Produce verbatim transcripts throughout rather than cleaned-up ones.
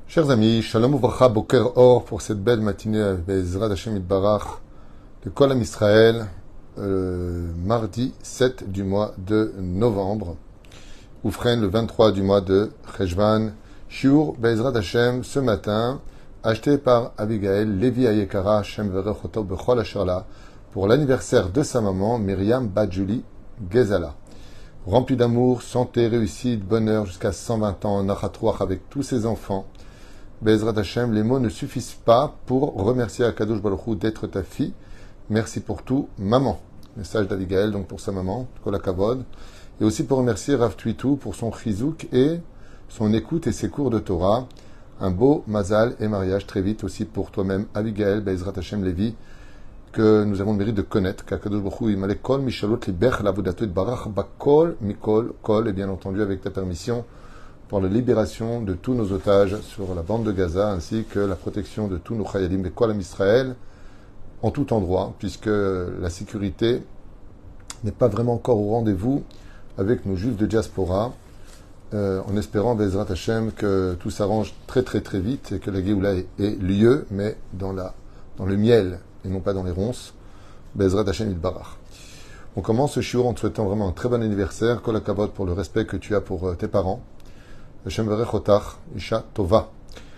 Chers amis, Shalom Uvracha Boker Or pour cette belle matinée Be'ezrat Hashem Yitbarach de Kol Am Israël, euh, mardi sept du mois de novembre, Oufren le vingt-trois du mois de Cheshvan, Shiur Be'ezrat Hashem ce matin, acheté par Abigail Levi Ayekara Hashem Verechoto Bechol Asherla pour l'anniversaire de sa maman Myriam Badjouli Gezala. Rempli d'amour, santé, réussite, bonheur jusqu'à cent vingt ans, Nachatrouach avec tous ses enfants. Be'ezrat Hashem, les mots ne suffisent pas pour remercier Akadosh Baruch Hu d'être ta fille. Merci pour tout, maman. Message d'Abigail, donc pour sa maman, Kol HaKavod. Et aussi pour remercier Rav Twitou pour son chizouk et son écoute et ses cours de Torah. Un beau mazal et mariage très vite aussi pour toi-même, Abigail, Be'ezrat Hashem Levi, que nous avons le mérite de connaître, qu'Akadosh Baruch Hu Imalek Kol Mishalot Libech Lavodato Barach Bakol Mikol Kol, et bien entendu avec ta permission, pour la libération de tous nos otages sur la bande de Gaza, ainsi que la protection de tous nos chayalim de Kol Am Israël, en tout endroit, puisque la sécurité n'est pas vraiment encore au rendez-vous avec nos juifs de diaspora, euh, en espérant, Be'ezrat Hashem, que tout s'arrange très très très vite et que la Géoula ait, ait lieu, mais dans, la, dans le miel et non pas dans les ronces. Be'ezrat Hashem Yitbarach. On commence ce shiur en te souhaitant vraiment un très bon anniversaire, Kol HaKavod pour le respect que tu as pour euh, tes parents. Hashem Verechotach, Isha Tova.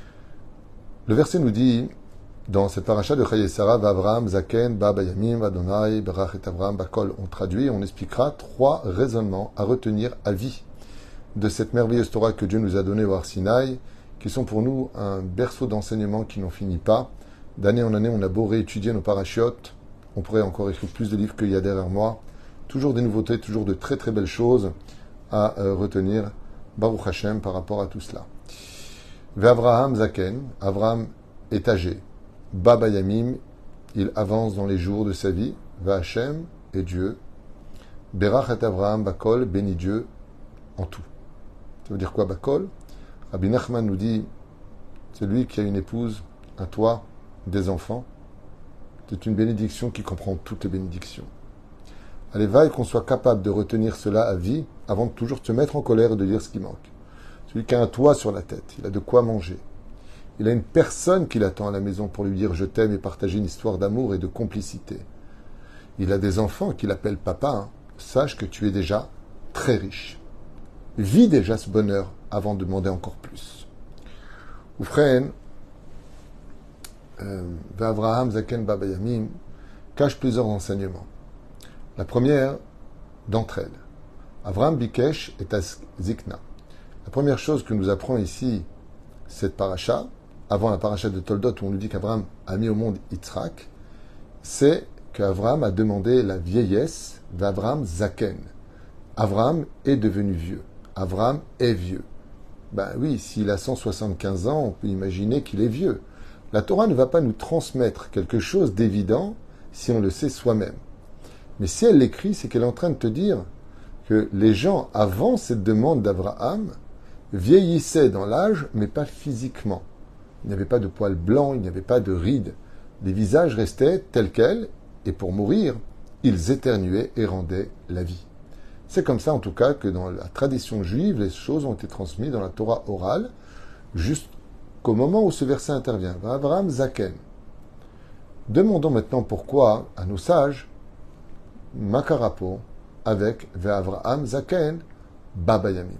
Le verset nous dit, dans cette paracha de Chaye Sarah, Avraham, Zaken, Ba Bayamim, Adonai, Berach et Avraham, Bakol, on traduit, on expliquera trois raisonnements à retenir à vie de cette merveilleuse Torah que Dieu nous a donnée au Har Sinaï, qui sont pour nous un berceau d'enseignement qui n'en finit pas. D'année en année, on a beau réétudier nos parachiotes, on pourrait encore écrire plus de livres qu'il y a derrière moi. Toujours des nouveautés, toujours de très très belles choses à euh, retenir. Baruch Hashem par rapport à tout cela. Ve'Avraham Zaken, Avraham est âgé. Baba Yamim, il avance dans les jours de sa vie. Ve'Hashem est Dieu. Berach et Avraham Bakol, béni Dieu en tout. Ça veut dire quoi Bakol? Rabbi Nachman nous dit, c'est lui qui a une épouse, un toit, des enfants. C'est une bénédiction qui comprend toutes les bénédictions. Allez, va et qu'on soit capable de retenir cela à vie avant de toujours te mettre en colère et de dire ce qui manque. Celui qui a un toit sur la tête, il a de quoi manger. Il a une personne qui l'attend à la maison pour lui dire je t'aime et partager une histoire d'amour et de complicité. Il a des enfants qui l'appellent papa. Hein. Sache que tu es déjà très riche. Vis déjà ce bonheur avant de demander encore plus. Oufren, euh, Avraham Zaken Baba Yamim cache plusieurs enseignements. La première d'entre elles, Avraham Bikesh et Zikna. La première chose que nous apprend ici cette paracha, avant la paracha de Toldot où on nous dit qu'Avraham a mis au monde Yitzhak, c'est qu'Avraham a demandé la vieillesse d'Avraham Zaken. Avraham est devenu vieux. Avraham est vieux. Ben oui, s'il a cent soixante-quinze ans, on peut imaginer qu'il est vieux. La Torah ne va pas nous transmettre quelque chose d'évident si on le sait soi-même. Mais si elle l'écrit, c'est qu'elle est en train de te dire que les gens, avant cette demande d'Avraham, vieillissaient dans l'âge, mais pas physiquement. Il n'y avait pas de poils blancs, il n'y avait pas de rides. Les visages restaient tels quels, et pour mourir, ils éternuaient et rendaient la vie. C'est comme ça, en tout cas, que dans la tradition juive, les choses ont été transmises dans la Torah orale, jusqu'au moment où ce verset intervient. Avraham Zaken. Demandons maintenant pourquoi, à nos sages, Makarapo avec Ve'Avraham Zaken Baba Yamim.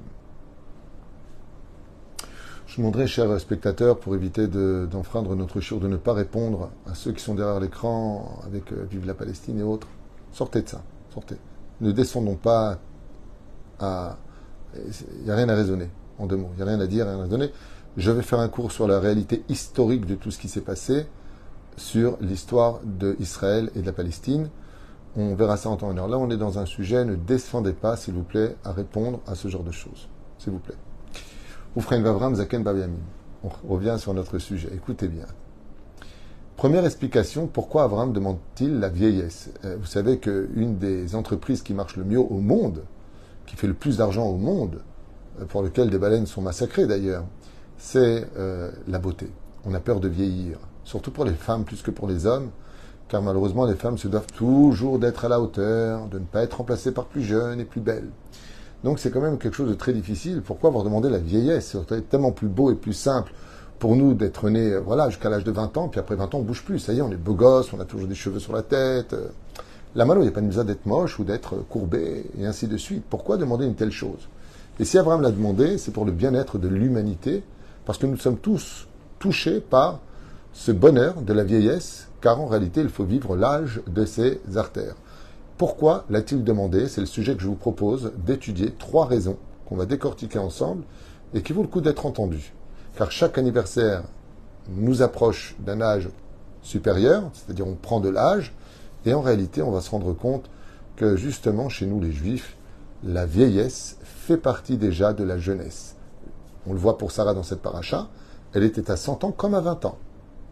Je vous demanderai, chers spectateurs, pour éviter de, d'enfreindre notre shiur, de ne pas répondre à ceux qui sont derrière l'écran avec euh, Vive la Palestine et autres. Sortez de ça, sortez. Ne descendons pas à... Il n'y a rien à raisonner, en deux mots. Il n'y a rien à dire, rien à raisonner. Je vais faire un cours sur la réalité historique de tout ce qui s'est passé, sur l'histoire d'Israël et de la Palestine. On verra ça en temps et en heure. Là, on est dans un sujet, ne descendez pas, s'il vous plaît, à répondre à ce genre de choses. S'il vous plaît. Oufren Vavram Zaken Babayamim. On revient sur notre sujet. Écoutez bien. Première explication, pourquoi Avraham demande-t-il la vieillesse? Vous savez qu'une des entreprises qui marche le mieux au monde, qui fait le plus d'argent au monde, pour lequel des baleines sont massacrées d'ailleurs, c'est euh, la beauté. On a peur de vieillir, surtout pour les femmes plus que pour les hommes, car malheureusement les femmes se doivent toujours d'être à la hauteur, de ne pas être remplacées par plus jeunes et plus belles. Donc c'est quand même quelque chose de très difficile. Pourquoi avoir demandé la vieillesse? C'est tellement plus beau et plus simple pour nous d'être nés, voilà, jusqu'à l'âge de vingt ans, puis après vingt ans, on bouge plus. Ça y est, on est beau gosse, on a toujours des cheveux sur la tête. Là, maintenant, il n'y a pas besoin d'être moche ou d'être courbé, et ainsi de suite. Pourquoi demander une telle chose? Et si Abraham l'a demandé, c'est pour le bien-être de l'humanité, parce que nous sommes tous touchés par ce bonheur de la vieillesse, car en réalité, il faut vivre l'âge de ses artères. Pourquoi l'a-t-il demandé? C'est le sujet que je vous propose d'étudier. Trois raisons qu'on va décortiquer ensemble et qui vaut le coup d'être entendues. Car chaque anniversaire nous approche d'un âge supérieur, c'est-à-dire on prend de l'âge, et en réalité, on va se rendre compte que justement, chez nous les Juifs, la vieillesse fait partie déjà de la jeunesse. On le voit pour Sarah dans cette paracha, elle était à cent ans comme à vingt ans.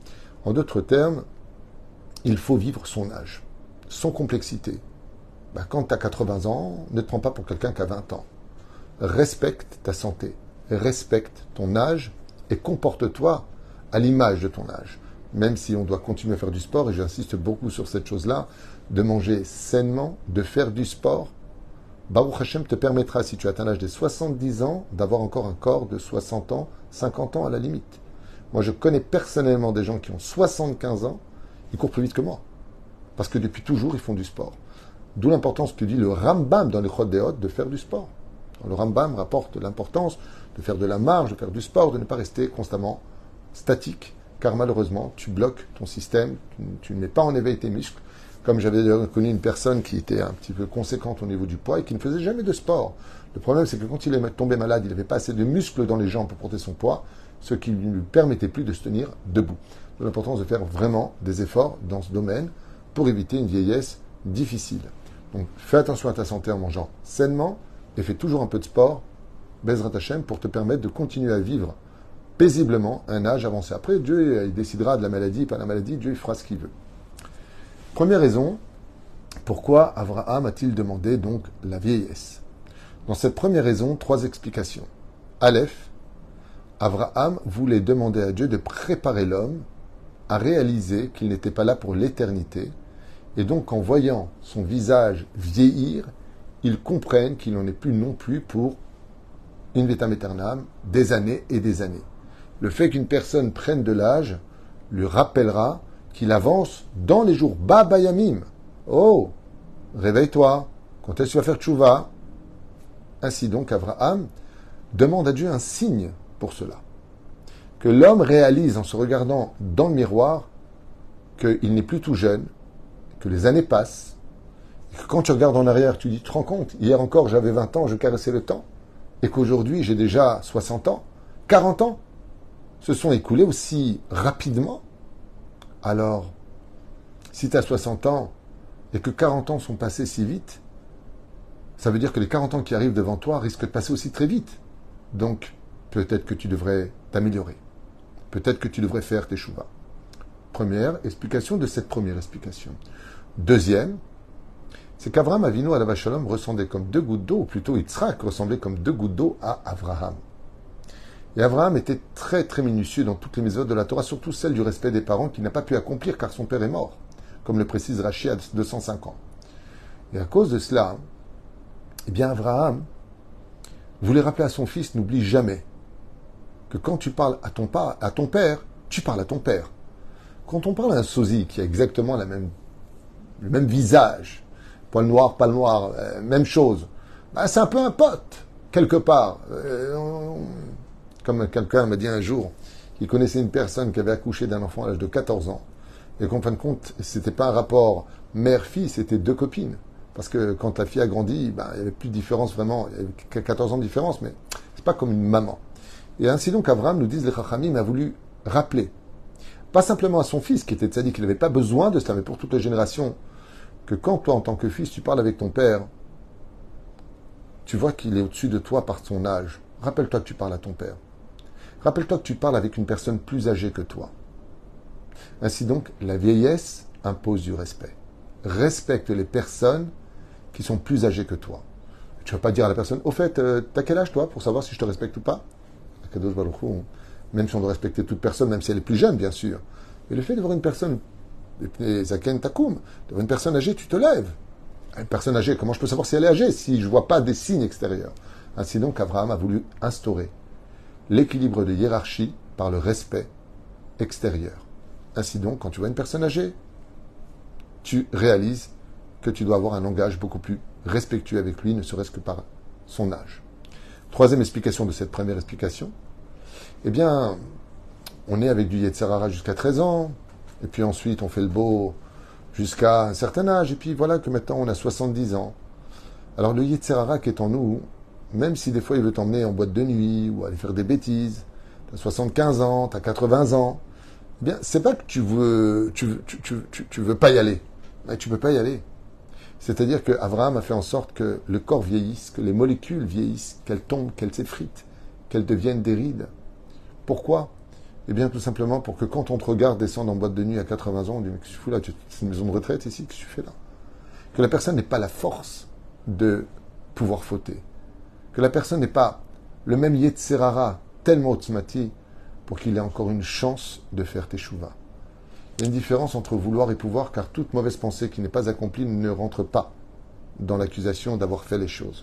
En d'autres termes, il faut vivre son âge, son complexité. Ben, quand tu as quatre-vingts ans, ne te prends pas pour quelqu'un qui a vingt ans. Respecte ta santé, respecte ton âge et comporte-toi à l'image de ton âge. Même si on doit continuer à faire du sport, et j'insiste beaucoup sur cette chose-là, de manger sainement, de faire du sport, Baruch Hashem te permettra, si tu atteins l'âge des soixante-dix ans, d'avoir encore un corps de soixante ans, cinquante ans à la limite. Moi, je connais personnellement des gens qui ont soixante-quinze ans, ils courent plus vite que moi. Parce que depuis toujours, ils font du sport. D'où l'importance que dit le Rambam dans les Chod Deot de faire du sport. Le Rambam rapporte l'importance de faire de la marche, de faire du sport, de ne pas rester constamment statique, car malheureusement, tu bloques ton système, tu, tu ne mets pas en éveil tes muscles. Comme j'avais connu une personne qui était un petit peu conséquente au niveau du poids et qui ne faisait jamais de sport. Le problème, c'est que quand il est tombé malade, il n'avait pas assez de muscles dans les jambes pour porter son poids, ce qui ne lui permettait plus de se tenir debout. L'importance de faire vraiment des efforts dans ce domaine pour éviter une vieillesse difficile. Donc, fais attention à ta santé en mangeant sainement et fais toujours un peu de sport, Bezrat Hashem, pour te permettre de continuer à vivre paisiblement un âge avancé. Après, Dieu il décidera de la maladie, pas de la maladie, Dieu il fera ce qu'il veut. Première raison, pourquoi Abraham a-t-il demandé donc la vieillesse? Dans cette première raison, trois explications. Aleph, Abraham voulait demander à Dieu de préparer l'homme à réaliser qu'il n'était pas là pour l'éternité, et donc en voyant son visage vieillir, il comprenne qu'il n'en est plus non plus pour une vitam aeternam, des années et des années. Le fait qu'une personne prenne de l'âge lui rappellera qu'il avance dans les jours. Baba Yamim. Oh, réveille-toi. Quand est-ce que tu vas faire tchouva? Ainsi donc, Abraham demande à Dieu un signe pour cela. Que l'homme réalise en se regardant dans le miroir qu'il n'est plus tout jeune, que les années passent, et que quand tu regardes en arrière, tu dis, tu te rends compte, hier encore j'avais vingt ans, je caressais le temps, et qu'aujourd'hui j'ai déjà soixante ans, quarante ans, se sont écoulés aussi rapidement. Alors, si tu as soixante ans et que quarante ans sont passés si vite, ça veut dire que les quarante ans qui arrivent devant toi risquent de passer aussi très vite. Donc, peut-être que tu devrais t'améliorer. Peut-être que tu devrais faire tes chouvas. Première explication de cette première explication. Deuxième, c'est qu'Avraham Avinu alav Shalom ressemblait comme deux gouttes d'eau, ou plutôt Yitzhak ressemblait comme deux gouttes d'eau à Avraham. Et Avraham était très très minutieux dans toutes les méthodes de la Torah, surtout celle du respect des parents qu'il n'a pas pu accomplir car son père est mort, comme le précise Rashi à deux cent cinq ans. Et à cause de cela, eh bien Avraham voulait rappeler à son fils, n'oublie jamais que quand tu parles à ton, pa, à ton père, tu parles à ton père. Quand on parle à un sosie qui a exactement la même, le même visage, poil noir, pas noir, euh, même chose, ben c'est un peu un pote, quelque part. Euh, on, Comme quelqu'un m'a dit un jour qu'il connaissait une personne qui avait accouché d'un enfant à l'âge de quatorze ans et qu'en fin de compte, c'était pas un rapport mère-fille, c'était deux copines. Parce que quand la fille a grandi, ben, il n'y avait plus de différence vraiment, il y avait quatorze ans de différence, mais c'est pas comme une maman. Et ainsi donc, Abraham, nous disent les Chachamim, a voulu rappeler, pas simplement à son fils qui était tzaddik, qu'il n'avait pas besoin de cela, mais pour toute la génération, que quand toi, en tant que fils, tu parles avec ton père, tu vois qu'il est au-dessus de toi par son âge. Rappelle-toi que tu parles à ton père. Rappelle-toi que tu parles avec une personne plus âgée que toi. Ainsi donc, la vieillesse impose du respect. Respecte les personnes qui sont plus âgées que toi. Tu ne vas pas dire à la personne, au fait, euh, t'as quel âge toi pour savoir si je te respecte ou pas? Même si on doit respecter toute personne, même si elle est plus jeune, bien sûr. Mais le fait d'avoir une personne, Zaken Takum, d'avoir une personne âgée, tu te lèves. Une personne âgée, comment je peux savoir si elle est âgée si je ne vois pas des signes extérieurs? Ainsi donc, Abraham a voulu instaurer l'équilibre de hiérarchie par le respect extérieur. Ainsi donc, quand tu vois une personne âgée, tu réalises que tu dois avoir un langage beaucoup plus respectueux avec lui, ne serait-ce que par son âge. Troisième explication de cette première explication, eh bien, on est avec du Yetzer Hara jusqu'à treize ans, et puis ensuite on fait le beau jusqu'à un certain âge, et puis voilà que maintenant on a soixante-dix ans. Alors le Yetzer Hara qui est en nous, même si des fois il veut t'emmener en boîte de nuit, ou aller faire des bêtises, t'as soixante-quinze ans, t'as quatre-vingts ans, eh bien, c'est pas que tu veux, tu, tu, tu, tu, tu veux pas y aller, mais tu peux pas y aller. C'est-à-dire que Abraham a fait en sorte que le corps vieillisse, que les molécules vieillissent, qu'elles tombent, qu'elles s'effritent, qu'elles deviennent des rides. Pourquoi ? Eh bien, tout simplement pour que quand on te regarde descendre en boîte de nuit à quatre-vingts ans, on dit, mais qu'est-ce que tu fous là ? C'est une maison de retraite ici, qu'est-ce que tu fais là ? Que la personne n'ait pas la force de pouvoir fauter. Que la personne n'ait pas le même Yetzer Hara tellement otzmati pour qu'il ait encore une chance de faire teshuva. Il y a une différence entre vouloir et pouvoir, car toute mauvaise pensée qui n'est pas accomplie ne rentre pas dans l'accusation d'avoir fait les choses.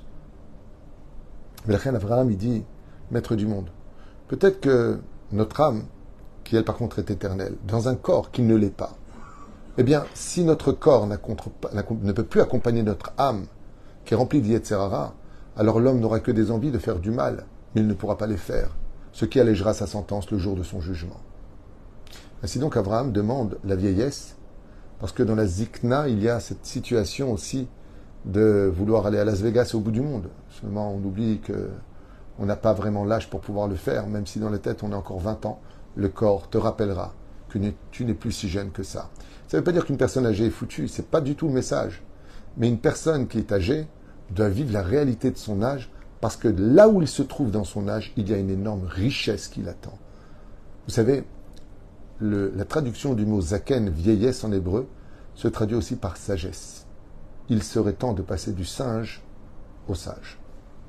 Mais la reine Abraham, il dit, maître du monde, peut-être que notre âme, qui elle par contre est éternelle, dans un corps qui ne l'est pas, eh bien, si notre corps ne peut plus accompagner notre âme, qui est remplie d'Yetzer Hara, alors l'homme n'aura que des envies de faire du mal, mais il ne pourra pas les faire, ce qui allégera sa sentence le jour de son jugement. Ainsi donc, Abraham demande la vieillesse, parce que dans la Zikna, il y a cette situation aussi de vouloir aller à Las Vegas au bout du monde. Seulement, on oublie qu'on n'a pas vraiment l'âge pour pouvoir le faire, même si dans la tête on a encore vingt ans, le corps te rappellera que tu n'es plus si jeune que ça. Ça ne veut pas dire qu'une personne âgée est foutue, c'est pas du tout le message. Mais une personne qui est âgée doit vivre la réalité de son âge, parce que là où il se trouve dans son âge, il y a une énorme richesse qui l'attend. Vous savez, le, la traduction du mot zaken, vieillesse en hébreu, se traduit aussi par sagesse. Il serait temps de passer du singe au sage.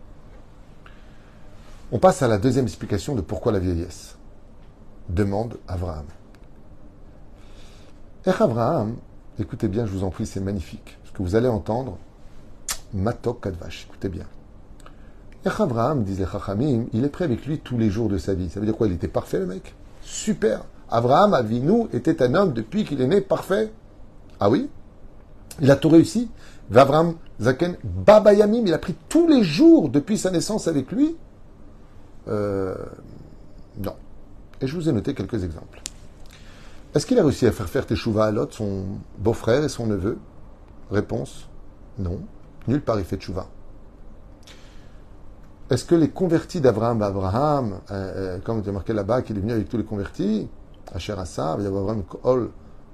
On passe à la deuxième explication de pourquoi la vieillesse. Demande Abraham. Et Abraham, écoutez bien, je vous en prie, c'est magnifique. Ce que vous allez entendre, Matok Kadvash, écoutez bien. Et Abraham, disent les Chachamim, il est prêt avec lui tous les jours de sa vie. Ça veut dire quoi? Il était parfait, le mec? Super. Abraham, Avinu, était un homme depuis qu'il est né parfait. Ah oui? Il a tout réussi. Vavram Zaken Baba Yamim, il a pris tous les jours depuis sa naissance avec lui. Euh, non. Et je vous ai noté quelques exemples. Est-ce qu'il a réussi à faire faire Teshuvah à Lot, son beau-frère et son neveu? Réponse, non. Nulle part il fait Teshuvah. Est-ce que les convertis d'Abraham, Abraham, euh, euh, comme il est marqué là-bas, qu'il est venu avec tous les convertis, Asher Asa, Abraham Kol,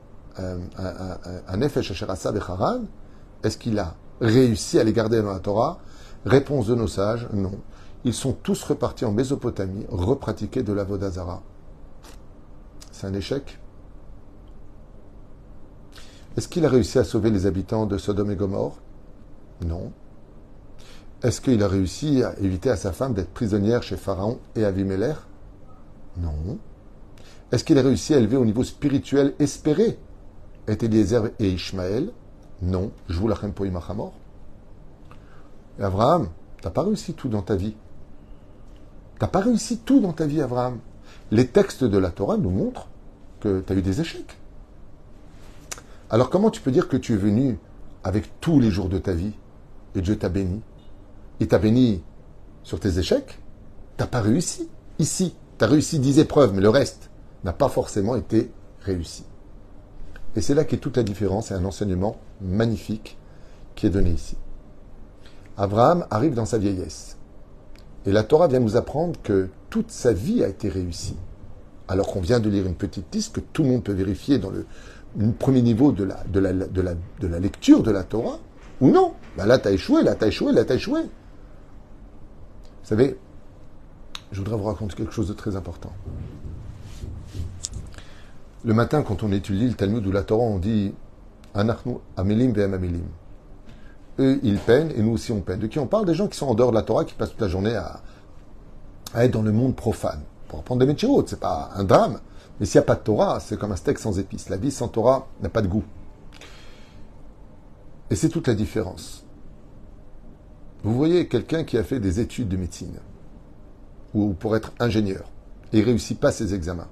un Nefesh Asher Asa Becharan, est-ce qu'il a réussi à les garder dans la Torah? Réponse de nos sages, non. Ils sont tous repartis en Mésopotamie, repratiquer de l'Avodah Zara. C'est un échec. Est-ce qu'il a réussi à sauver les habitants de Sodome et Gomorrhe? Non. Est-ce qu'il a réussi à éviter à sa femme d'être prisonnière chez Pharaon et Avimelech? Non. Est-ce qu'il a réussi à élever au niveau spirituel espéré et Eliezer et Ishmaël? Non. Je vous lachem po imachamor. Et Abraham, t'as pas réussi tout dans ta vie. T'as pas réussi tout dans ta vie, Abraham. Les textes de la Torah nous montrent que tu as eu des échecs. Alors comment tu peux dire que tu es venu avec tous les jours de ta vie et Dieu t'a béni? Il t'a béni sur tes échecs? T'as pas réussi. Ici, tu as réussi dix épreuves, mais le reste n'a pas forcément été réussi. Et c'est là qu'est toute la différence et un enseignement magnifique qui est donné ici. Abraham arrive dans sa vieillesse. Et la Torah vient nous apprendre que toute sa vie a été réussie. Alors qu'on vient de lire une petite liste que tout le monde peut vérifier dans le, le premier niveau de la, de, la, de, la, de la lecture de la Torah, ou non. Ben là, tu as échoué, là, tu as échoué, là, tu as échoué. Vous savez, je voudrais vous raconter quelque chose de très important. Le matin, quand on étudie le Talmud ou la Torah, on dit « Anachnu amelim ve'em amelim ». Eux, ils peinent et nous aussi on peine. De qui on parle? Des gens qui sont en dehors de la Torah, qui passent toute la journée à, à être dans le monde profane. Pour apprendre des métchirot, c'est pas un drame. Mais s'il n'y a pas de Torah, c'est comme un steak sans épices. La vie sans Torah n'a pas de goût. Et c'est toute la différence. Vous voyez quelqu'un qui a fait des études de médecine, ou pour être ingénieur, et il ne réussit pas ses examens,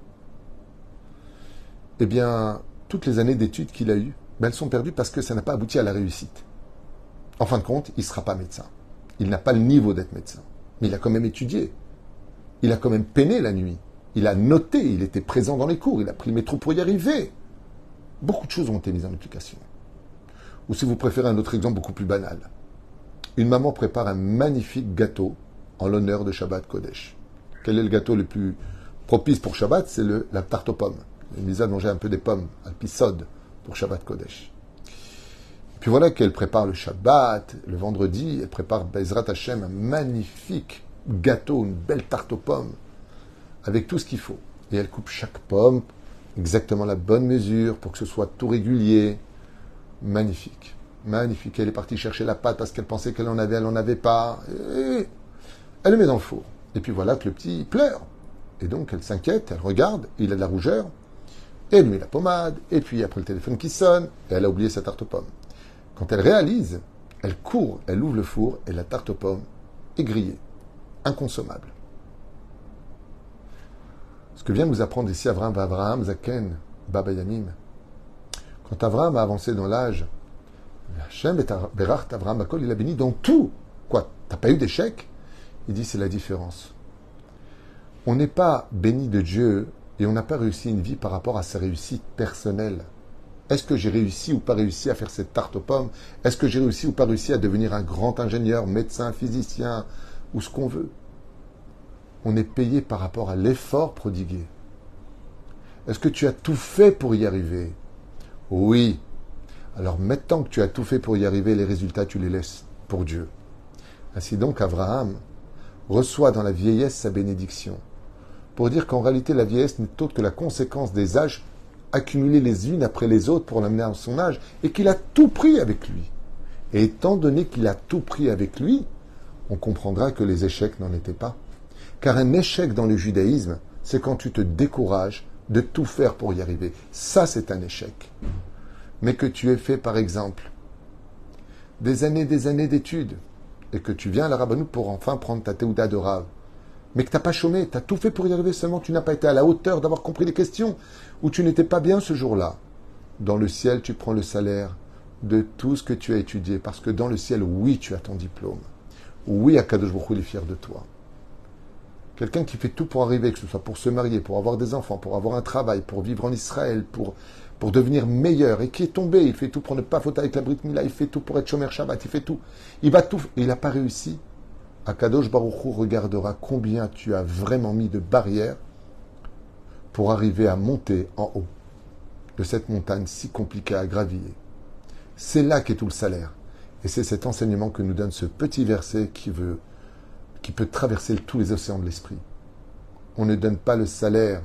eh bien, toutes les années d'études qu'il a eues, ben, elles sont perdues parce que ça n'a pas abouti à la réussite. En fin de compte, il ne sera pas médecin. Il n'a pas le niveau d'être médecin. Mais il a quand même étudié. Il a quand même peiné la nuit. Il a noté, il était présent dans les cours, il a pris le métro pour y arriver. Beaucoup de choses ont été mises en application. Ou si vous préférez un autre exemple beaucoup plus banal. Une maman prépare un magnifique gâteau en l'honneur de Shabbat Kodesh. Quel est le gâteau le plus propice pour Shabbat? C'est le, la tarte aux pommes. Une mise à manger un peu des pommes, alpisode, pour Shabbat Kodesh. Et puis voilà qu'elle prépare le Shabbat, le vendredi, elle prépare Bezrat Hashem, un magnifique gâteau, une belle tarte aux pommes, avec tout ce qu'il faut. Et elle coupe chaque pomme, exactement la bonne mesure, pour que ce soit tout régulier. Magnifique. Magnifique. Elle est partie chercher la pâte parce qu'elle pensait qu'elle en avait, elle n'en avait pas. Et elle le met dans le four. Et puis voilà que le petit pleure. Et donc elle s'inquiète, elle regarde, il a de la rougeur, et elle lui met la pommade, et puis après le téléphone qui sonne, et elle a oublié sa tarte aux pommes. Quand elle réalise, elle court, elle ouvre le four, et la tarte aux pommes est grillée, inconsommable. Ce que vient nous apprendre ici Avraham, Avraham, Zaken, Baba Yamim. Quand Avraham a avancé dans l'âge, Hashem et Berach Avraham Bakol, il a béni dans tout. Quoi, t'as pas eu d'échec? Il dit, c'est la différence. On n'est pas béni de Dieu et on n'a pas réussi une vie par rapport à sa réussite personnelle. Est-ce que j'ai réussi ou pas réussi à faire cette tarte aux pommes? Est-ce que j'ai réussi ou pas réussi à devenir un grand ingénieur, médecin, physicien, ou ce qu'on veut? On est payé par rapport à l'effort prodigué. Est-ce que tu as tout fait pour y arriver? Oui. Alors maintenant que tu as tout fait pour y arriver, les résultats, tu les laisses pour Dieu. Ainsi donc, Abraham reçoit dans la vieillesse sa bénédiction, pour dire qu'en réalité, la vieillesse n'est autre que la conséquence des âges accumulés les unes après les autres pour l'amener à son âge, et qu'il a tout pris avec lui. Et étant donné qu'il a tout pris avec lui, on comprendra que les échecs n'en étaient pas. Car un échec dans le judaïsme, c'est quand tu te décourages de tout faire pour y arriver. Ça, c'est un échec. Mais que tu aies fait, par exemple, des années des années d'études, et que tu viens à la rabbanout pour enfin prendre ta théouda de Rav, mais que tu n'as pas chômé, tu as tout fait pour y arriver, seulement tu n'as pas été à la hauteur d'avoir compris les questions, ou tu n'étais pas bien ce jour-là. Dans le ciel, tu prends le salaire de tout ce que tu as étudié, parce que dans le ciel, oui, tu as ton diplôme. Oui, Akadosh Baruch Hu, il est fier de toi. Quelqu'un qui fait tout pour arriver, que ce soit pour se marier, pour avoir des enfants, pour avoir un travail, pour vivre en Israël, pour, pour devenir meilleur, et qui est tombé, il fait tout pour ne pas fauter avec la Brit Mila, il fait tout pour être Shomer Shabbat, il fait tout. Il va tout, et il n'a pas réussi. Akadosh Baruch Hu regardera combien tu as vraiment mis de barrières pour arriver à monter en haut de cette montagne si compliquée à gravir. C'est là qu'est tout le salaire. Et c'est cet enseignement que nous donne ce petit verset qui veut qui peut traverser tous les océans de l'esprit. On ne donne pas le salaire.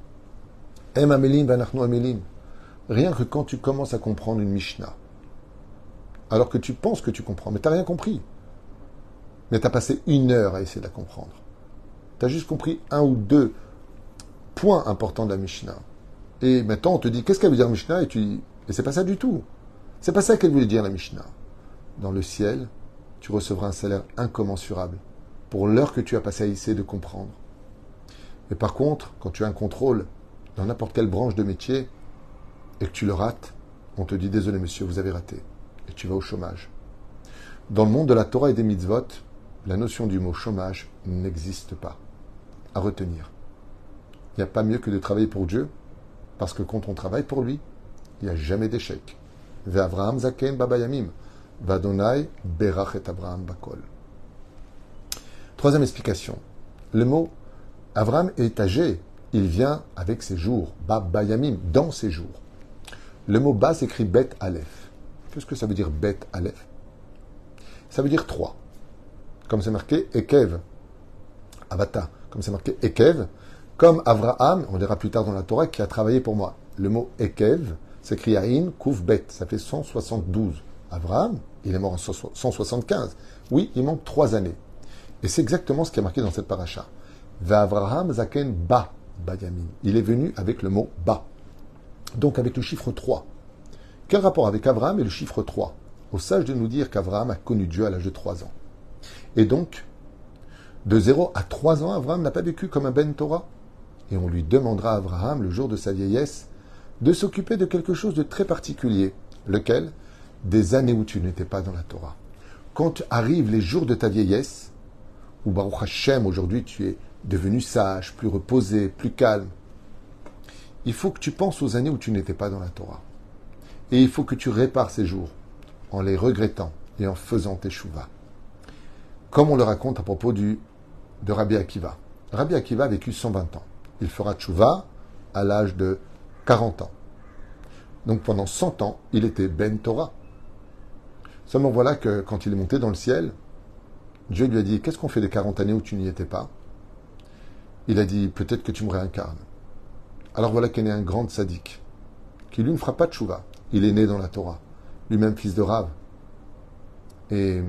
Em amelim vanachnu amelim. Rien que quand tu commences à comprendre une Mishnah, alors que tu penses que tu comprends, mais tu n'as rien compris. Mais tu as passé une heure à essayer de la comprendre. Tu as juste compris un ou deux points importants de la Mishnah. Et maintenant, on te dit, qu'est-ce qu'elle veut dire Mishnah? Et tu dis, mais c'est pas ça du tout. C'est pas ça qu'elle voulait dire la Mishnah. Dans le ciel, tu recevras un salaire incommensurable pour l'heure que tu as passé à essayer de comprendre. Mais par contre, quand tu as un contrôle dans n'importe quelle branche de métier et que tu le rates, on te dit, désolé monsieur, vous avez raté. Et tu vas au chômage. Dans le monde de la Torah et des mitzvot, la notion du mot chômage n'existe pas. À retenir. Il n'y a pas mieux que de travailler pour Dieu, parce que quand on travaille pour lui, il n'y a jamais d'échec. Ve'Avraham zaken baba yamim, va'Adonai berach et Avraham bakol. Troisième explication. Le mot Avraham est âgé. Il vient avec ses jours. Baba yamim, dans ses jours. Le mot ba s'écrit bet aleph. Qu'est-ce que ça veut dire bet aleph? Ça veut dire trois. Comme c'est marqué Ekev. Avata. Comme c'est marqué Ekev. Comme Avraham, on dira plus tard dans la Torah, qui a travaillé pour moi. Le mot Ekev s'écrit Aïn Kouf Bet. Ça fait cent soixante-douze. Avraham, il est mort en cent soixante-quinze. Oui, il manque trois années. Et c'est exactement ce qui est marqué dans cette paracha. Va Avraham zaken ba bayamin. Il est venu avec le mot ba. Donc avec le chiffre trois. Quel rapport avec Avraham et le chiffre trois? Au sage de nous dire qu'Avraham a connu Dieu à l'âge de trois ans. Et donc, de zéro à trois ans, Avraham n'a pas vécu comme un Ben Torah. Et on lui demandera à Abraham, le jour de sa vieillesse, de s'occuper de quelque chose de très particulier. Lequel? Des années où tu n'étais pas dans la Torah. Quand arrivent les jours de ta vieillesse, où Baruch Hashem, aujourd'hui tu es devenu sage, plus reposé, plus calme, il faut que tu penses aux années où tu n'étais pas dans la Torah. Et il faut que tu répares ces jours en les regrettant et en faisant tes shuvas. Comme on le raconte à propos du, de Rabbi Akiva. Rabbi Akiva a vécu cent vingt ans. Il fera tchouva à l'âge de quarante ans. Donc pendant cent ans, il était Ben Torah. Seulement voilà que quand il est monté dans le ciel, Dieu lui a dit, qu'est-ce qu'on fait des quarante années où tu n'y étais pas? Il a dit, peut-être que tu me réincarnes. Alors voilà qu'est né un grand sadique, qui lui ne fera pas de tchouva. Il est né dans la Torah, lui-même fils de Rav. Et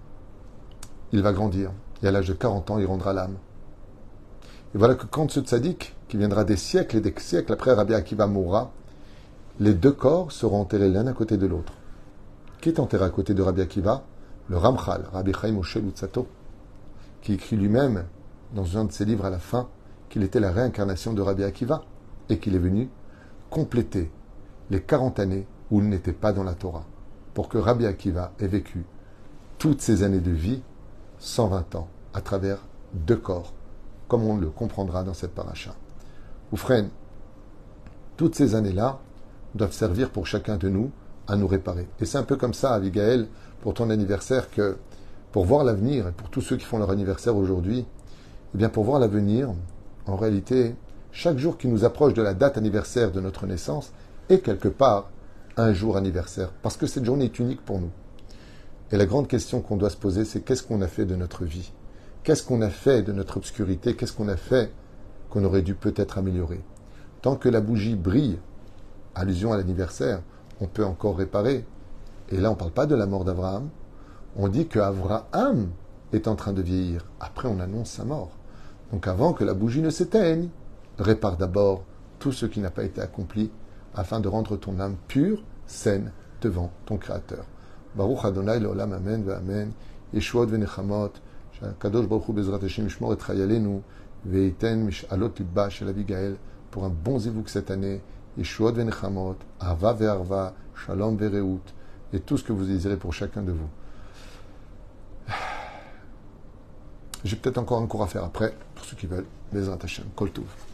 il va grandir. Et à l'âge de quarante ans, il rendra l'âme. Et voilà que quand ce tzaddik, qui viendra des siècles et des siècles après Rabbi Akiva mourra, les deux corps seront enterrés l'un à côté de l'autre. Qui est enterré à côté de Rabbi Akiva? Le Ramchal, Rabbi Chaim Moshe Luzzatto, qui écrit lui-même dans un de ses livres à la fin qu'il était la réincarnation de Rabbi Akiva et qu'il est venu compléter les quarante années où il n'était pas dans la Torah, pour que Rabbi Akiva ait vécu toutes ces années de vie, cent vingt ans, à travers deux corps, comme on le comprendra dans cette paracha. Oufren, toutes ces années-là doivent servir pour chacun de nous à nous réparer. Et c'est un peu comme ça, Abigaël, pour ton anniversaire, que pour voir l'avenir, et pour tous ceux qui font leur anniversaire aujourd'hui, eh bien pour voir l'avenir, en réalité, chaque jour qui nous approche de la date anniversaire de notre naissance est quelque part un jour anniversaire, parce que cette journée est unique pour nous. Et la grande question qu'on doit se poser, c'est qu'est-ce qu'on a fait de notre vie? Qu'est-ce qu'on a fait de notre obscurité? Qu'est-ce qu'on a fait qu'on aurait dû peut-être améliorer? Tant que la bougie brille, allusion à l'anniversaire, on peut encore réparer. Et là, on ne parle pas de la mort d'Abraham. On dit qu'Abraham est en train de vieillir. Après, on annonce sa mort. Donc avant que la bougie ne s'éteigne, répare d'abord tout ce qui n'a pas été accompli afin de rendre ton âme pure, saine, devant ton Créateur. Baruch Adonai Leolam Amen Ve'Amen. Yeshuot Ve'Nechamot. Kadosh Baruch Hu Bezrat Hashem Yishmor et Chayalenu. Ve'iten Mish'alot Libba Shel Abigaël. Pour un bon zivouk cette année. Yeshuot Ve'Nechamot. Ahava Ve'Arva. Shalom Ve'Reut. Et tout ce que vous désirez pour chacun de vous. J'ai peut-être encore un cours à faire après, pour ceux qui veulent. Bezrat Hashem. Kol Tov.